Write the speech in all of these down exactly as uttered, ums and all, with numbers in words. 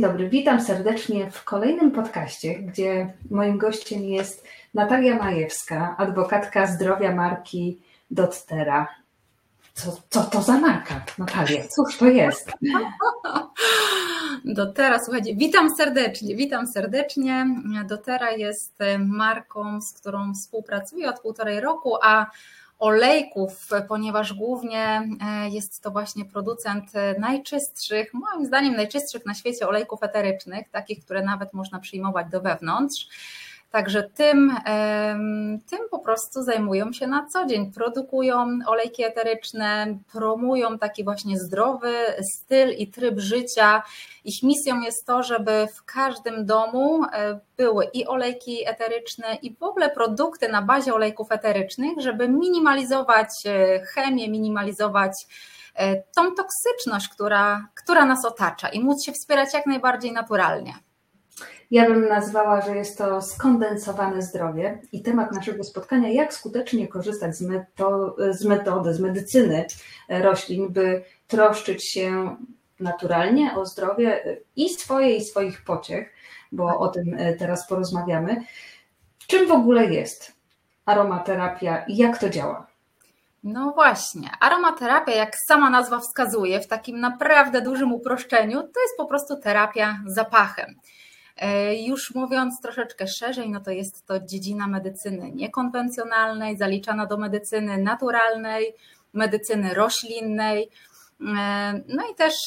dobry, witam serdecznie w kolejnym podcaście, gdzie moim gościem jest Natalia Majewska, adwokatka zdrowia marki doTERRA. Co, co to za marka, Natalia? Cóż to jest? doTERRA, słuchajcie, witam serdecznie, witam serdecznie. doTERRA jest marką, z którą współpracuję od półtorej roku, a olejków, ponieważ głównie jest to właśnie producent najczystszych, moim zdaniem najczystszych na świecie olejków eterycznych, takich, które nawet można przyjmować do wewnątrz. Także tym, tym po prostu zajmują się na co dzień, produkują olejki eteryczne, promują taki właśnie zdrowy styl i tryb życia. Ich misją jest to, żeby w każdym domu były i olejki eteryczne i w ogóle produkty na bazie olejków eterycznych, żeby minimalizować chemię, minimalizować tą toksyczność, która, która nas otacza i móc się wspierać jak najbardziej naturalnie. Ja bym nazwała, że jest to skondensowane zdrowie i temat naszego spotkania, jak skutecznie korzystać z, meto, z metody, z medycyny roślin, by troszczyć się naturalnie o zdrowie i swoje, i swoich pociech, bo o tym teraz porozmawiamy. Czym w ogóle jest aromaterapia i jak to działa? No właśnie, aromaterapia, jak sama nazwa wskazuje, w takim naprawdę dużym uproszczeniu, to jest po prostu terapia zapachem. Już mówiąc troszeczkę szerzej, no to jest to dziedzina medycyny niekonwencjonalnej, zaliczana do medycyny naturalnej, medycyny roślinnej. No i też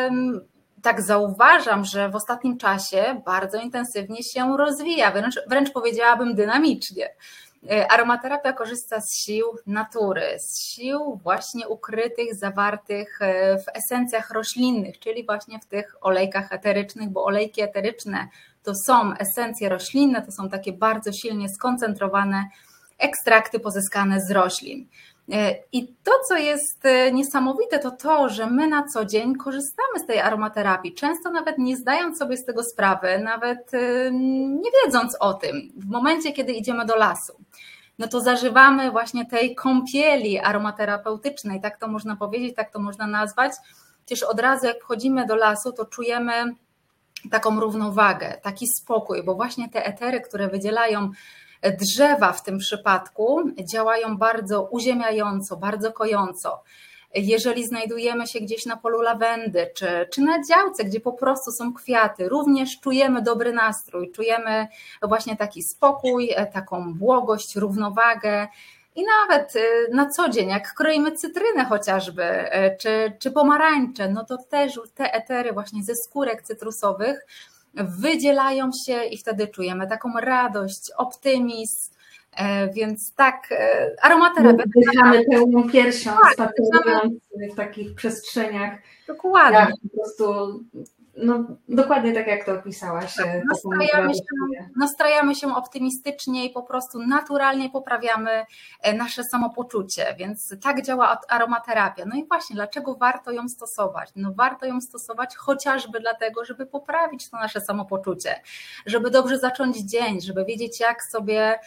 tak zauważam, że w ostatnim czasie bardzo intensywnie się rozwija, wręcz, wręcz powiedziałabym dynamicznie. Aromaterapia korzysta z sił natury, z sił właśnie ukrytych, zawartych w esencjach roślinnych, czyli właśnie w tych olejkach eterycznych, bo olejki eteryczne to są esencje roślinne, to są takie bardzo silnie skoncentrowane ekstrakty pozyskane z roślin. I to, co jest niesamowite, to to, że my na co dzień korzystamy z tej aromaterapii, często nawet nie zdając sobie z tego sprawy, nawet nie wiedząc o tym, w momencie, kiedy idziemy do lasu, no to zażywamy właśnie tej kąpieli aromaterapeutycznej, tak to można powiedzieć, tak to można nazwać. Przecież od razu jak wchodzimy do lasu, to czujemy taką równowagę, taki spokój, bo właśnie te etery, które wydzielają drzewa w tym przypadku, działają bardzo uziemiająco, bardzo kojąco. Jeżeli znajdujemy się gdzieś na polu lawendy, czy, czy na działce, gdzie po prostu są kwiaty, również czujemy dobry nastrój, czujemy właśnie taki spokój, taką błogość, równowagę. I nawet na co dzień, jak kroimy cytrynę chociażby, czy, czy pomarańcze, no to też te etery właśnie ze skórek cytrusowych wydzielają się i wtedy czujemy taką radość, optymizm, więc tak, aromaterapia. Wdychamy pełną piersią, tak, spacerując w takich przestrzeniach. Dokładnie. Jak po prostu, no, dokładnie tak jak to opisałaś. Tak, nastrajamy, się, nastrajamy się optymistycznie i po prostu naturalnie poprawiamy nasze samopoczucie, więc tak działa aromaterapia. No i właśnie, dlaczego warto ją stosować? No warto ją stosować chociażby dlatego, żeby poprawić to nasze samopoczucie, żeby dobrze zacząć dzień, żeby wiedzieć jak sobie,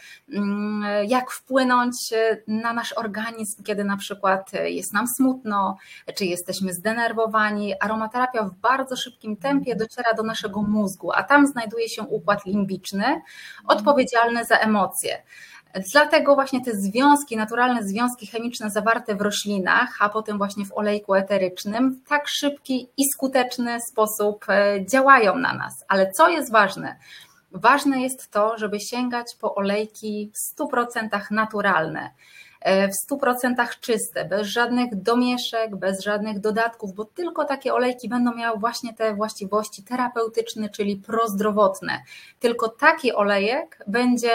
jak wpłynąć na nasz organizm, kiedy na przykład jest nam smutno, czy jesteśmy zdenerwowani. Aromaterapia w bardzo szybkim tempie dociera do naszego mózgu, a tam znajduje się układ limbiczny, odpowiedzialny za emocje. Dlatego właśnie te związki, naturalne związki chemiczne zawarte w roślinach, a potem właśnie w olejku eterycznym w tak szybki i skuteczny sposób działają na nas. Ale co jest ważne? Ważne jest to, żeby sięgać po olejki w stu procentach naturalne, w stu procentach czyste, bez żadnych domieszek, bez żadnych dodatków, bo tylko takie olejki będą miały właśnie te właściwości terapeutyczne, czyli prozdrowotne. Tylko taki olejek będzie,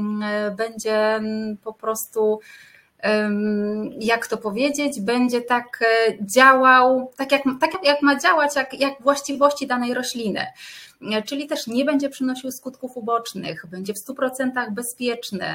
będzie po prostu, jak to powiedzieć, będzie tak działał, tak jak, tak jak ma działać, jak, jak właściwości danej rośliny. Czyli też nie będzie przynosił skutków ubocznych, będzie w stu procentach bezpieczny,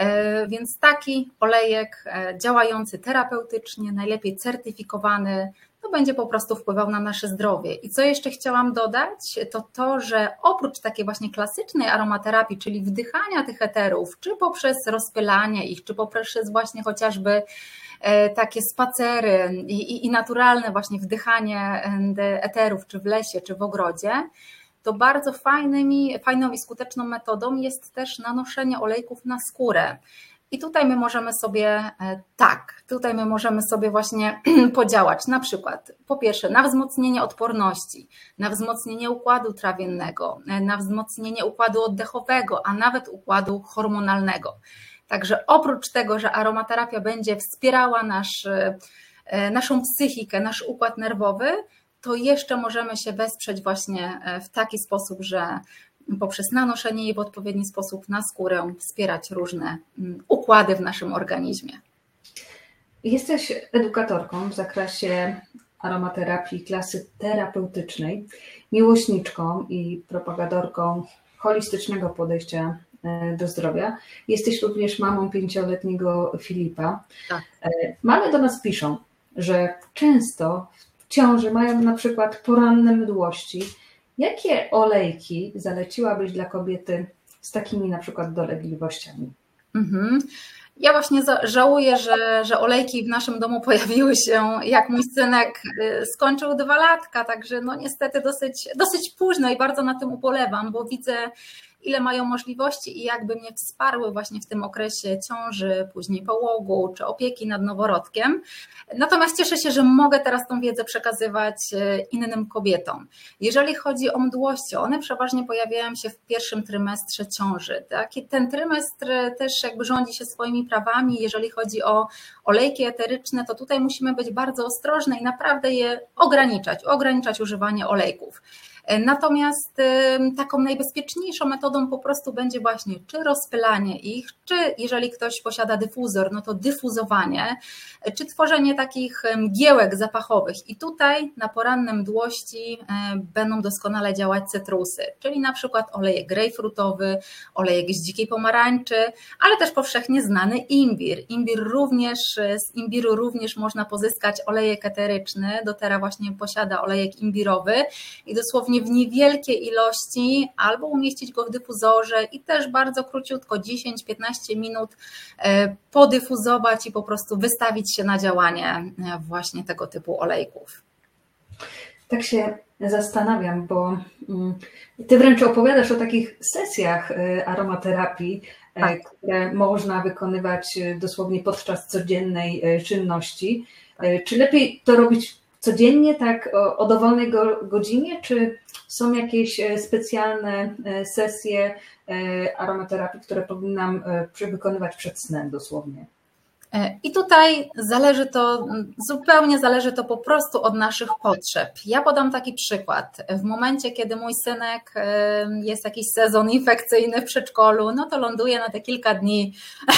więc taki olejek działający terapeutycznie, najlepiej certyfikowany, to będzie po prostu wpływał na nasze zdrowie. I co jeszcze chciałam dodać, to to, że oprócz takiej właśnie klasycznej aromaterapii, czyli wdychania tych eterów, czy poprzez rozpylanie ich, czy poprzez właśnie chociażby takie spacery i, i naturalne właśnie wdychanie eterów, czy w lesie, czy w ogrodzie, to bardzo fajnymi, fajną i skuteczną metodą jest też nanoszenie olejków na skórę. I tutaj my możemy sobie, tak, tutaj my możemy sobie właśnie podziałać na przykład po pierwsze na wzmocnienie odporności, na wzmocnienie układu trawiennego, na wzmocnienie układu oddechowego, a nawet układu hormonalnego. Także oprócz tego, że aromaterapia będzie wspierała nasz, naszą psychikę, nasz układ nerwowy, to jeszcze możemy się wesprzeć właśnie w taki sposób, że poprzez nanoszenie jej w odpowiedni sposób na skórę wspierać różne układy w naszym organizmie. Jesteś edukatorką w zakresie aromaterapii klasy terapeutycznej, miłośniczką i propagatorką holistycznego podejścia do zdrowia. Jesteś również mamą pięcioletniego Filipa. Tak. Mamy do nas piszą, że często w ciąży mają na przykład poranne mdłości. Jakie olejki zaleciłabyś dla kobiety z takimi na przykład dolegliwościami? Mhm. Ja właśnie żałuję, że, że olejki w naszym domu pojawiły się, jak mój synek skończył dwa latka, także no niestety dosyć, dosyć późno i bardzo na tym ubolewam, bo widzę, ile mają możliwości i jakby mnie wsparły właśnie w tym okresie ciąży, później połogu czy opieki nad noworodkiem. Natomiast cieszę się, że mogę teraz tą wiedzę przekazywać innym kobietom. Jeżeli chodzi o mdłości, one przeważnie pojawiają się w pierwszym trymestrze ciąży. Taki, ten trymestr też jakby rządzi się swoimi prawami. Jeżeli chodzi o olejki eteryczne, to tutaj musimy być bardzo ostrożne i naprawdę je ograniczać, ograniczać używanie olejków. Natomiast taką najbezpieczniejszą metodą po prostu będzie właśnie czy rozpylanie ich, czy jeżeli ktoś posiada dyfuzor, no to dyfuzowanie, czy tworzenie takich mgiełek zapachowych. I tutaj na poranne mdłości będą doskonale działać cytrusy, czyli na przykład olejek grejpfrutowy, olejek z dzikiej pomarańczy, ale też powszechnie znany imbir. Imbir również, z imbiru również można pozyskać olejek eteryczny, doTERRA właśnie posiada olejek imbirowy i dosłownie w niewielkiej ilości albo umieścić go w dyfuzorze i też bardzo króciutko, dziesięć do piętnastu minut podyfuzować i po prostu wystawić się na działanie właśnie tego typu olejków. Tak się zastanawiam, bo ty wręcz opowiadasz o takich sesjach aromaterapii, tak, które można wykonywać dosłownie podczas codziennej czynności. Czy lepiej to robić codziennie, tak o dowolnej godzinie, czy są jakieś specjalne sesje aromaterapii, które powinnam wykonywać przed snem dosłownie? I tutaj zależy to, zupełnie zależy to po prostu od naszych potrzeb. Ja podam taki przykład. W momencie, kiedy mój synek jest jakiś sezon infekcyjny w przedszkolu, no to ląduje na te kilka dni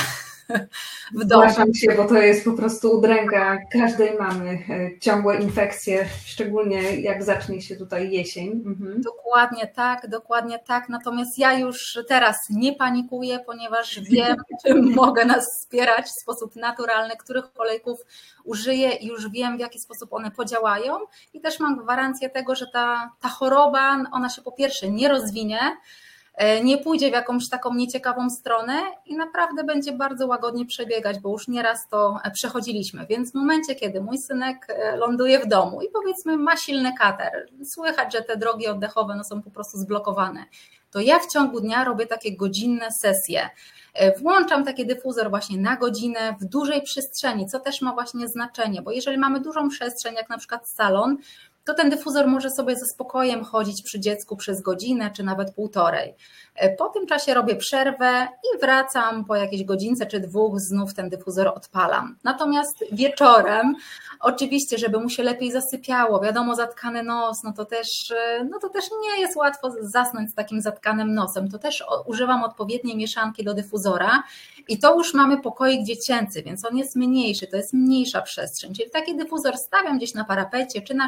w domu. Zgłaszam się, bo to jest po prostu udręka każdej mamy, ciągłe infekcje, szczególnie jak zacznie się tutaj jesień. Mhm. Dokładnie tak, dokładnie tak. Natomiast ja już teraz nie panikuję, ponieważ wiem, czym mogę nas wspierać w sposób naturalny, których olejków użyję i już wiem, w jaki sposób one podziałają i też mam gwarancję tego, że ta, ta choroba, ona się po pierwsze nie rozwinie, nie pójdzie w jakąś taką nieciekawą stronę i naprawdę będzie bardzo łagodnie przebiegać, bo już nieraz to przechodziliśmy. Więc w momencie, kiedy mój synek ląduje w domu i powiedzmy ma silny katar, słychać, że te drogi oddechowe no, są po prostu zblokowane, to ja w ciągu dnia robię takie godzinne sesje. Włączam taki dyfuzor właśnie na godzinę w dużej przestrzeni, co też ma właśnie znaczenie, bo jeżeli mamy dużą przestrzeń, jak na przykład salon, to ten dyfuzor może sobie ze spokojem chodzić przy dziecku przez godzinę czy nawet półtorej. Po tym czasie robię przerwę i wracam po jakiejś godzince czy dwóch, znów ten dyfuzor odpalam. Natomiast wieczorem, oczywiście, żeby mu się lepiej zasypiało, wiadomo, zatkany nos, no to też, no to też nie jest łatwo zasnąć z takim zatkanym nosem. To też używam odpowiedniej mieszanki do dyfuzora i to już mamy pokoik dziecięcy, więc on jest mniejszy, to jest mniejsza przestrzeń. Czyli taki dyfuzor stawiam gdzieś na parapecie czy na szafce,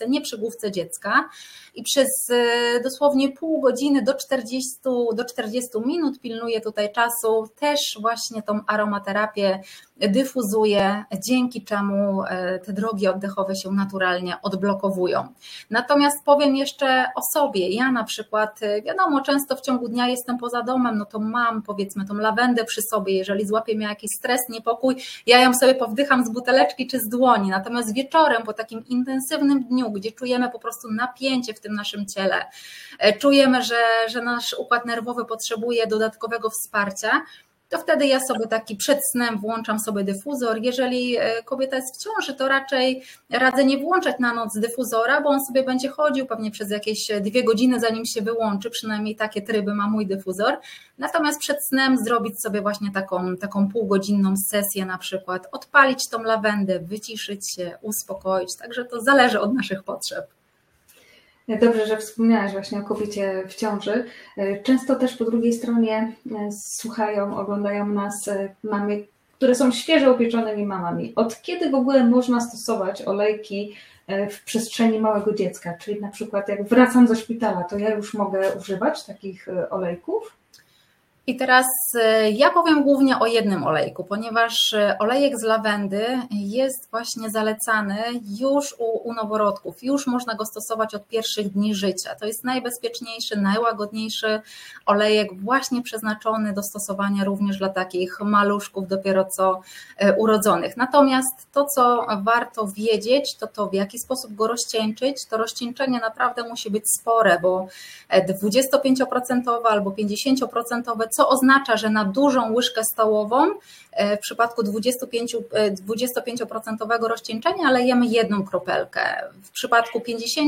główce, nie przy główce dziecka i przez dosłownie pół godziny do czterdziestu, do czterdziestu minut pilnuję tutaj czasu, też właśnie tą aromaterapię dyfuzuję, dzięki czemu te drogi oddechowe się naturalnie odblokowują. Natomiast powiem jeszcze o sobie, ja na przykład, wiadomo, często w ciągu dnia jestem poza domem, no to mam powiedzmy tą lawendę przy sobie, jeżeli złapie mnie jakiś stres, niepokój, ja ją sobie powdycham z buteleczki czy z dłoni, natomiast wieczorem po takim intensywnym dniu, gdzie czujemy po prostu napięcie w tym naszym ciele, czujemy, że, że nasz układ nerwowy potrzebuje dodatkowego wsparcia, to wtedy ja sobie taki przed snem włączam sobie dyfuzor. Jeżeli kobieta jest w ciąży, to raczej radzę nie włączać na noc dyfuzora, bo on sobie będzie chodził pewnie przez jakieś dwie godziny, zanim się wyłączy, przynajmniej takie tryby ma mój dyfuzor. Natomiast przed snem zrobić sobie właśnie taką, taką półgodzinną sesję na przykład, odpalić tą lawendę, wyciszyć się, uspokoić, także to zależy od naszych potrzeb. Dobrze, że wspomniałaś właśnie o kobiecie w ciąży. Często też po drugiej stronie słuchają, oglądają nas mamy, które są świeżo upieczonymi mamami. Od kiedy w ogóle można stosować olejki w przestrzeni małego dziecka? Czyli na przykład jak wracam ze szpitala, to ja już mogę używać takich olejków? I teraz ja powiem głównie o jednym olejku, ponieważ olejek z lawendy jest właśnie zalecany już u, u noworodków, już można go stosować od pierwszych dni życia. To jest najbezpieczniejszy, najłagodniejszy olejek właśnie przeznaczony do stosowania również dla takich maluszków dopiero co urodzonych. Natomiast to, co warto wiedzieć, to to, w jaki sposób go rozcieńczyć. To rozcieńczenie naprawdę musi być spore, bo dwudziestopięcioprocentowe albo pięćdziesięcioprocentowe, co oznacza, że na dużą łyżkę stołową w przypadku dwudziestopięcioprocentowego rozcieńczenia lejemy jedną kropelkę. W przypadku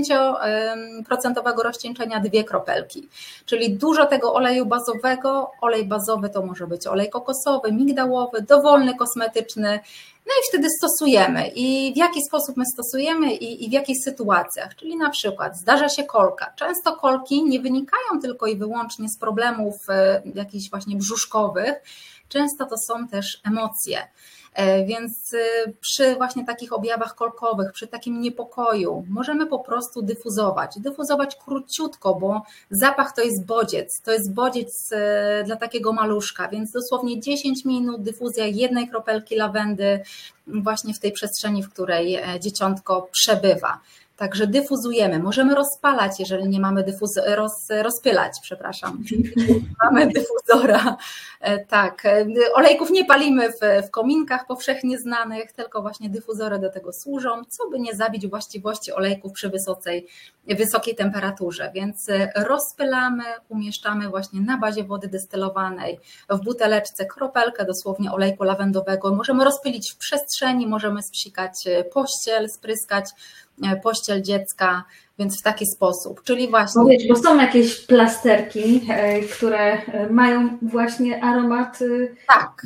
pięćdziesięcioprocentowego rozcieńczenia dwie kropelki. Czyli dużo tego oleju bazowego. Olej bazowy to może być olej kokosowy, migdałowy, dowolny, kosmetyczny. No i wtedy stosujemy. I w jaki sposób my stosujemy i, i w jakich sytuacjach. Czyli na przykład zdarza się kolka. Często kolki nie wynikają tylko i wyłącznie z problemów jakichś właśnie brzuszkowych. Często to są też emocje. Więc przy właśnie takich objawach kolkowych, przy takim niepokoju możemy po prostu dyfuzować. Dyfuzować króciutko, bo zapach to jest bodziec. To jest bodziec dla takiego maluszka, więc dosłownie dziesięć minut dyfuzja jednej kropelki lawendy właśnie w tej przestrzeni, w której dzieciątko przebywa. Także dyfuzujemy. Możemy rozpalać, jeżeli nie mamy dyfuz... roz... rozpylać, przepraszam. Mamy dyfuzora. Tak. Olejków nie palimy w, w kominkach powszechnie znanych, tylko właśnie dyfuzory do tego służą, co by nie zabić właściwości olejków przy wysokiej, wysokiej temperaturze. Więc rozpylamy, umieszczamy właśnie na bazie wody destylowanej w buteleczce kropelkę dosłownie olejku lawendowego. Możemy rozpylić w przestrzeni, możemy spsikać pościel, spryskać pościel dziecka, więc w taki sposób, czyli właśnie... Bo, wiecie, bo są jakieś plasterki, które mają właśnie aromat... Tak.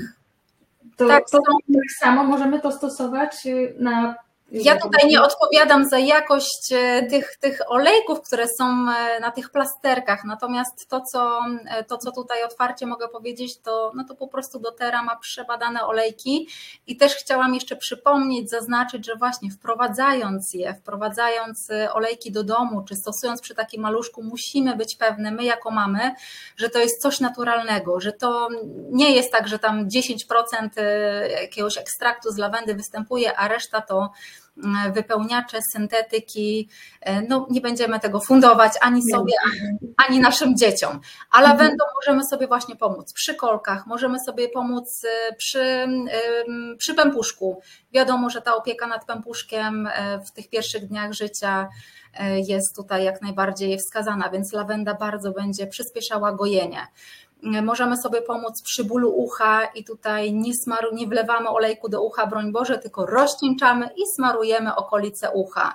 To, tak, to tak samo możemy to stosować na... Ja tutaj nie odpowiadam za jakość tych, tych olejków, które są na tych plasterkach, natomiast to co, to, co tutaj otwarcie mogę powiedzieć, to, no to po prostu doTERRA ma przebadane olejki i też chciałam jeszcze przypomnieć, zaznaczyć, że właśnie wprowadzając je, wprowadzając olejki do domu, czy stosując przy takim maluszku, musimy być pewne, my jako mamy, że to jest coś naturalnego, że to nie jest tak, że tam dziesięć procent jakiegoś ekstraktu z lawendy występuje, a reszta to wypełniacze, syntetyki, no nie będziemy tego fundować ani sobie, ani, ani naszym dzieciom. A lawendą możemy sobie właśnie pomóc przy kolkach, możemy sobie pomóc przy, przy pępuszku. Wiadomo, że ta opieka nad pępuszkiem w tych pierwszych dniach życia jest tutaj jak najbardziej wskazana, więc lawenda bardzo będzie przyspieszała gojenie. Możemy sobie pomóc przy bólu ucha i tutaj nie, smaru, nie wlewamy olejku do ucha, broń Boże, tylko rozcieńczamy i smarujemy okolice ucha.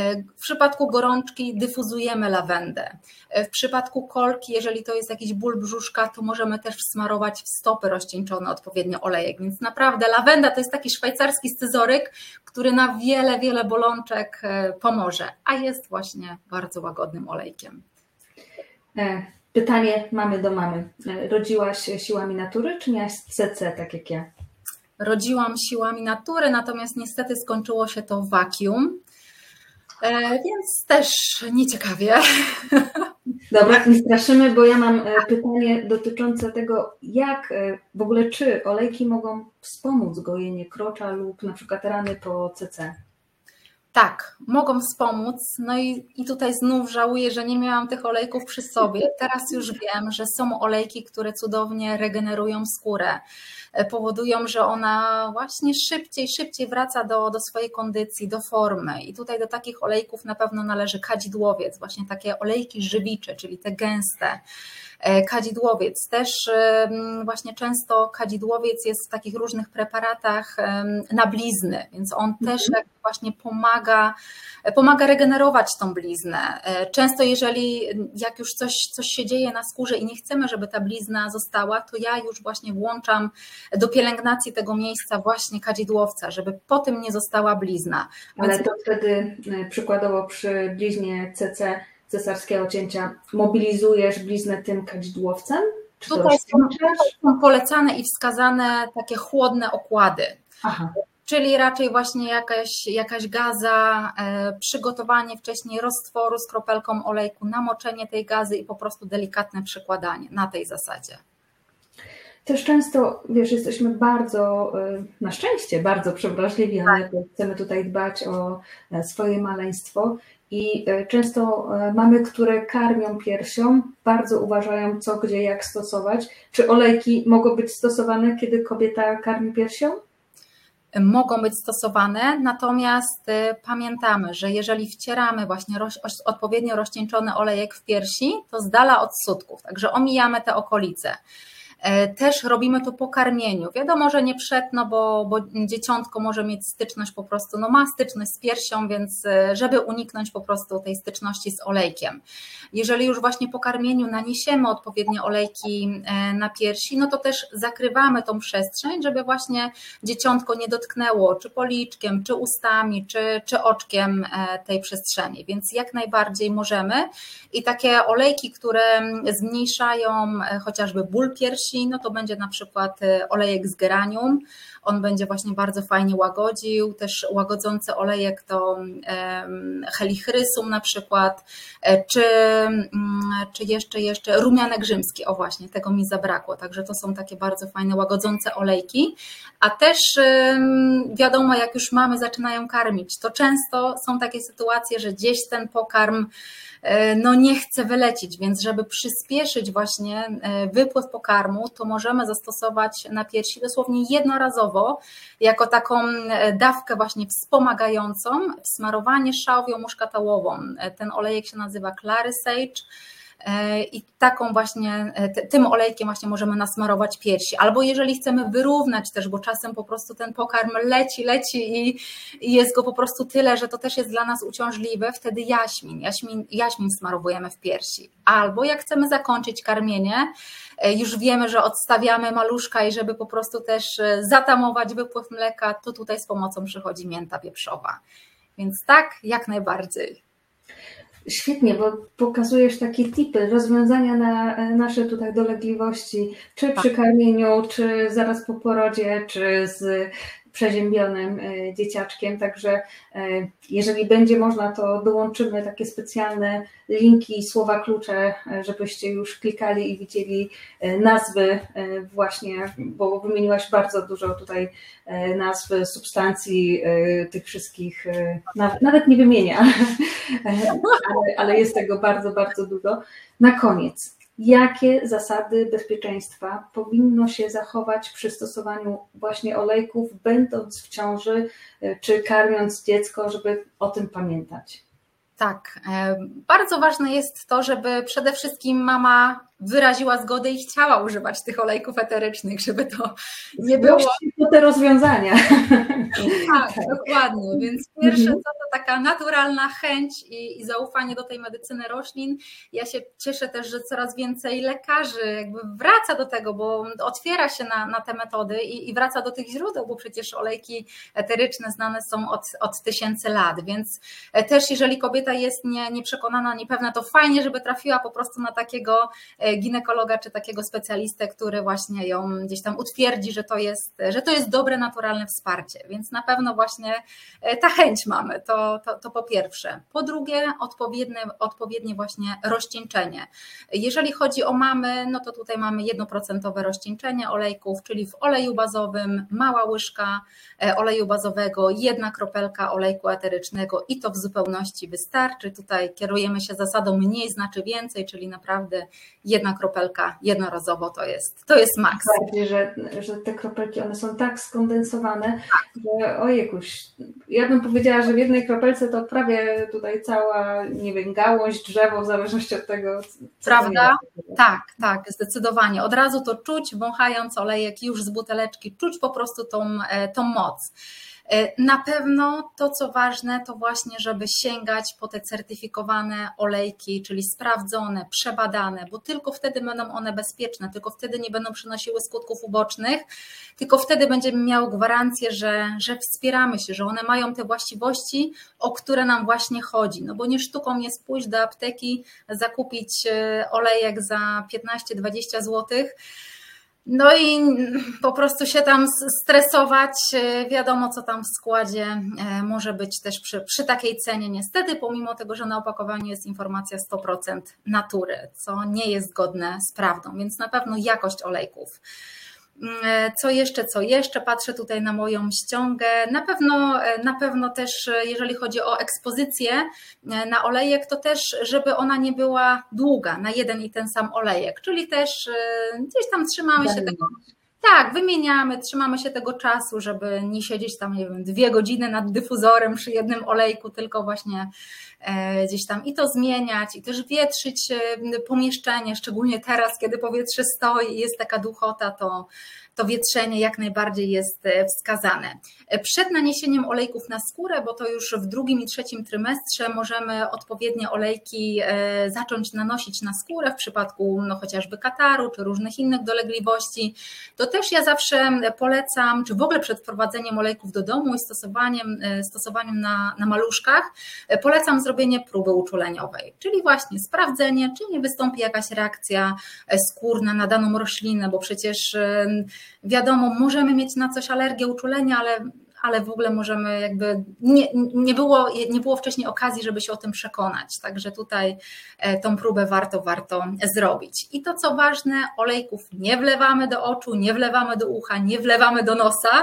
W przypadku gorączki dyfuzujemy lawendę. W przypadku kolki, jeżeli to jest jakiś ból brzuszka, to możemy też smarować w stopy rozcieńczony odpowiednio olejek. Więc naprawdę lawenda to jest taki szwajcarski scyzoryk, który na wiele, wiele bolączek pomoże, a jest właśnie bardzo łagodnym olejkiem. Pytanie mamy do mamy. Rodziłaś siłami natury, czy miałaś C C, tak jak ja? Rodziłam siłami natury, natomiast niestety skończyło się to wakium. E, więc też nieciekawie. Dobra, nie straszymy, bo ja mam pytanie dotyczące tego, jak w ogóle, czy olejki mogą wspomóc gojenie krocza lub na przykład rany po C C? Tak, mogą wspomóc. No i, i tutaj znów żałuję, że nie miałam tych olejków przy sobie. Teraz już wiem, że są olejki, które cudownie regenerują skórę. Powodują, że ona właśnie szybciej, szybciej wraca do, do swojej kondycji, do formy. I tutaj do takich olejków na pewno należy kadzidłowiec, właśnie takie olejki żywicze, czyli te gęste. Kadzidłowiec też właśnie często kadzidłowiec jest w takich różnych preparatach na blizny, więc on też właśnie pomaga, pomaga regenerować tą bliznę. Często jeżeli jak już coś, coś się dzieje na skórze i nie chcemy, żeby ta blizna została, to ja już właśnie włączam do pielęgnacji tego miejsca właśnie kadzidłowca, żeby po tym nie została blizna. Ale to wtedy przykładowo przy bliźnie C C cesarskiego cięcia mobilizujesz bliznę tym kadzidłowcem? Czy tutaj są, są polecane i wskazane takie chłodne okłady. Aha. Czyli raczej właśnie jakaś, jakaś gaza, e, przygotowanie wcześniej roztworu z kropelką olejku, namoczenie tej gazy i po prostu delikatne przykładanie na tej zasadzie. Też często, wiesz, jesteśmy bardzo, na szczęście, bardzo przewrażliwione, bo chcemy tutaj dbać o swoje maleństwo i często mamy, które karmią piersią, bardzo uważają co, gdzie, jak stosować. Czy olejki mogą być stosowane, kiedy kobieta karmi piersią? Mogą być stosowane, natomiast pamiętamy, że jeżeli wcieramy właśnie roz, odpowiednio rozcieńczony olejek w piersi, to z dala od sutków, także omijamy te okolice. Też robimy to po karmieniu. Wiadomo, że nie przed, no bo, bo dzieciątko może mieć styczność po prostu, no ma styczność z piersią, więc żeby uniknąć po prostu tej styczności z olejkiem. Jeżeli już właśnie po karmieniu naniesiemy odpowiednie olejki na piersi, no to też zakrywamy tą przestrzeń, żeby właśnie dzieciątko nie dotknęło czy policzkiem, czy ustami, czy, czy oczkiem tej przestrzeni, więc jak najbardziej możemy i takie olejki, które zmniejszają chociażby ból piersi, no to będzie na przykład olejek z geranium, on będzie właśnie bardzo fajnie łagodził, też łagodzący olejek to helichrysum na przykład, czy, czy jeszcze, jeszcze rumianek rzymski, o właśnie, tego mi zabrakło, także to są takie bardzo fajne łagodzące olejki, a też wiadomo, jak już mamy zaczynają karmić, to często są takie sytuacje, że gdzieś ten pokarm no nie chce wylecieć, więc żeby przyspieszyć właśnie wypływ pokarmu, to możemy zastosować na piersi dosłownie jednorazowo, jako taką dawkę właśnie wspomagającą, wsmarowanie szałwią muszkatałową. Ten olejek się nazywa Clary Sage. I taką właśnie, tym olejkiem właśnie możemy nasmarować piersi. Albo jeżeli chcemy wyrównać też, bo czasem po prostu ten pokarm leci, leci i, i jest go po prostu tyle, że to też jest dla nas uciążliwe, wtedy jaśmin, jaśmin, jaśmin smarowujemy w piersi. Albo jak chcemy zakończyć karmienie, już wiemy, że odstawiamy maluszka i żeby po prostu też zatamować wypływ mleka, to tutaj z pomocą przychodzi mięta wieprzowa. Więc tak, jak najbardziej. Świetnie, bo pokazujesz takie tipy, rozwiązania na nasze tutaj dolegliwości, czy przy karmieniu, czy zaraz po porodzie, czy z przeziębionym dzieciaczkiem, także jeżeli będzie można, to dołączymy takie specjalne linki, słowa klucze, żebyście już klikali i widzieli nazwy właśnie, bo wymieniłaś bardzo dużo tutaj nazw substancji tych wszystkich, nawet nie wymienię, ale, ale jest tego bardzo, bardzo dużo. Na koniec. Jakie zasady bezpieczeństwa powinno się zachować przy stosowaniu właśnie olejków, będąc w ciąży czy karmiąc dziecko, żeby o tym pamiętać? Tak, bardzo ważne jest to, żeby przede wszystkim mama wyraziła zgodę i chciała używać tych olejków eterycznych, żeby to nie było... To te rozwiązania. Tak, dokładnie, więc pierwsze co to taka naturalna chęć i, i zaufanie do tej medycyny roślin. Ja się cieszę też, że coraz więcej lekarzy jakby wraca do tego, bo otwiera się na, na te metody i, i wraca do tych źródeł, bo przecież olejki eteryczne znane są od, od tysięcy lat, więc też jeżeli kobieta jest nie, nieprzekonana, niepewna, to fajnie, żeby trafiła po prostu na takiego ginekologa czy takiego specjalistę, który właśnie ją gdzieś tam utwierdzi, że to jest, że to jest dobre, naturalne wsparcie, więc na pewno właśnie ta chęć mamy, to, to, to, to po pierwsze. Po drugie, odpowiednie, odpowiednie właśnie rozcieńczenie. Jeżeli chodzi o mamy, no to tutaj mamy jednoprocentowe rozcieńczenie olejków, czyli w oleju bazowym mała łyżka oleju bazowego, jedna kropelka olejku eterycznego i to w zupełności wystarczy. Tutaj kierujemy się zasadą mniej znaczy więcej, czyli naprawdę jedna kropelka jednorazowo to jest, to jest maks. Bardziej, że, że te kropelki, one są tak skondensowane, że ojekuś, ja bym powiedziała, że w jednej kropelce to prawie tutaj cała, nie wiem, gałąź, drzewo, w zależności od tego, co prawda? Tak, tak, zdecydowanie. Od razu to czuć, wąchając olejek już z buteleczki, czuć po prostu tą, tą moc. Na pewno to, co ważne, to właśnie, żeby sięgać po te certyfikowane olejki, czyli sprawdzone, przebadane, bo tylko wtedy będą one bezpieczne, tylko wtedy nie będą przynosiły skutków ubocznych, tylko wtedy będziemy miały gwarancję, że, że wspieramy się, że one mają te właściwości, o które nam właśnie chodzi. No bo nie sztuką jest pójść do apteki, zakupić olejek za piętnaście dwadzieścia złotych, no i po prostu się tam stresować, wiadomo co tam w składzie może być też przy, przy takiej cenie niestety, pomimo tego, że na opakowaniu jest informacja sto procent natury, co nie jest zgodne z prawdą, więc na pewno jakość olejków. Co jeszcze, co jeszcze? Patrzę tutaj na moją ściągę. Na pewno, na pewno też, jeżeli chodzi o ekspozycję na olejek, to też, żeby ona nie była długa na jeden i ten sam olejek, czyli też gdzieś tam trzymamy się tego. Tak, wymieniamy, trzymamy się tego czasu, żeby nie siedzieć tam, nie wiem, dwie godziny nad dyfuzorem przy jednym olejku, tylko właśnie gdzieś tam i to zmieniać, i też wietrzyć pomieszczenie, szczególnie teraz, kiedy powietrze stoi i jest taka duchota, to, to wietrzenie jak najbardziej jest wskazane. Przed naniesieniem olejków na skórę, bo to już w drugim i trzecim trymestrze możemy odpowiednie olejki zacząć nanosić na skórę w przypadku no, chociażby kataru czy różnych innych dolegliwości, to też ja zawsze polecam, czy w ogóle przed wprowadzeniem olejków do domu i stosowaniem, stosowaniem na, na maluszkach, polecam zrobienie próby uczuleniowej, czyli właśnie sprawdzenie, czy nie wystąpi jakaś reakcja skórna na daną roślinę, bo przecież wiadomo, możemy mieć na coś alergię, uczulenie, ale ale w ogóle możemy jakby, nie, nie, było, nie było wcześniej okazji, żeby się o tym przekonać, także tutaj tą próbę warto, warto zrobić. I to co ważne, olejków nie wlewamy do oczu, nie wlewamy do ucha, nie wlewamy do nosa,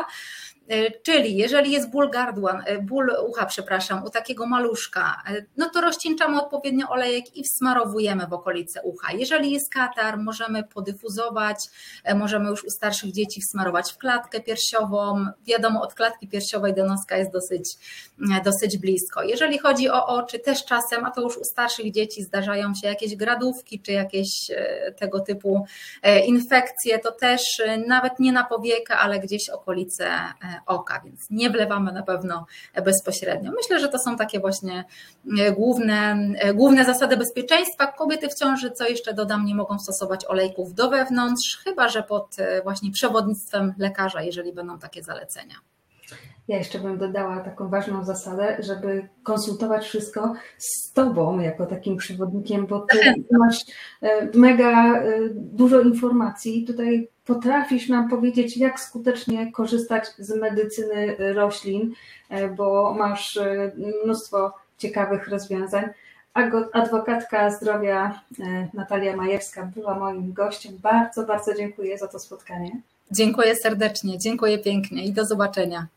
czyli jeżeli jest ból gardła, ból ucha, przepraszam, u takiego maluszka, no to rozcieńczamy odpowiednio olejek i wsmarowujemy w okolice ucha. Jeżeli jest katar, możemy podyfuzować, możemy już u starszych dzieci wsmarować w klatkę piersiową. Wiadomo, od klatki piersiowej do noska jest dosyć, dosyć blisko. Jeżeli chodzi o oczy, też czasem, a to już u starszych dzieci zdarzają się jakieś gradówki, czy jakieś tego typu infekcje, to też nawet nie na powiekę, ale gdzieś okolice oka, więc nie wlewamy na pewno bezpośrednio. Myślę, że to są takie właśnie główne, główne zasady bezpieczeństwa. Kobiety w ciąży, co jeszcze dodam, nie mogą stosować olejków do wewnątrz, chyba że pod właśnie przewodnictwem lekarza, jeżeli będą takie zalecenia. Ja jeszcze bym dodała taką ważną zasadę, żeby konsultować wszystko z Tobą jako takim przewodnikiem, bo Ty masz mega dużo informacji. Tutaj potrafisz nam powiedzieć, jak skutecznie korzystać z medycyny roślin, bo masz mnóstwo ciekawych rozwiązań. Adwokatka zdrowia Natalia Majewska była moim gościem. Bardzo, bardzo dziękuję za to spotkanie. Dziękuję serdecznie, dziękuję pięknie i do zobaczenia.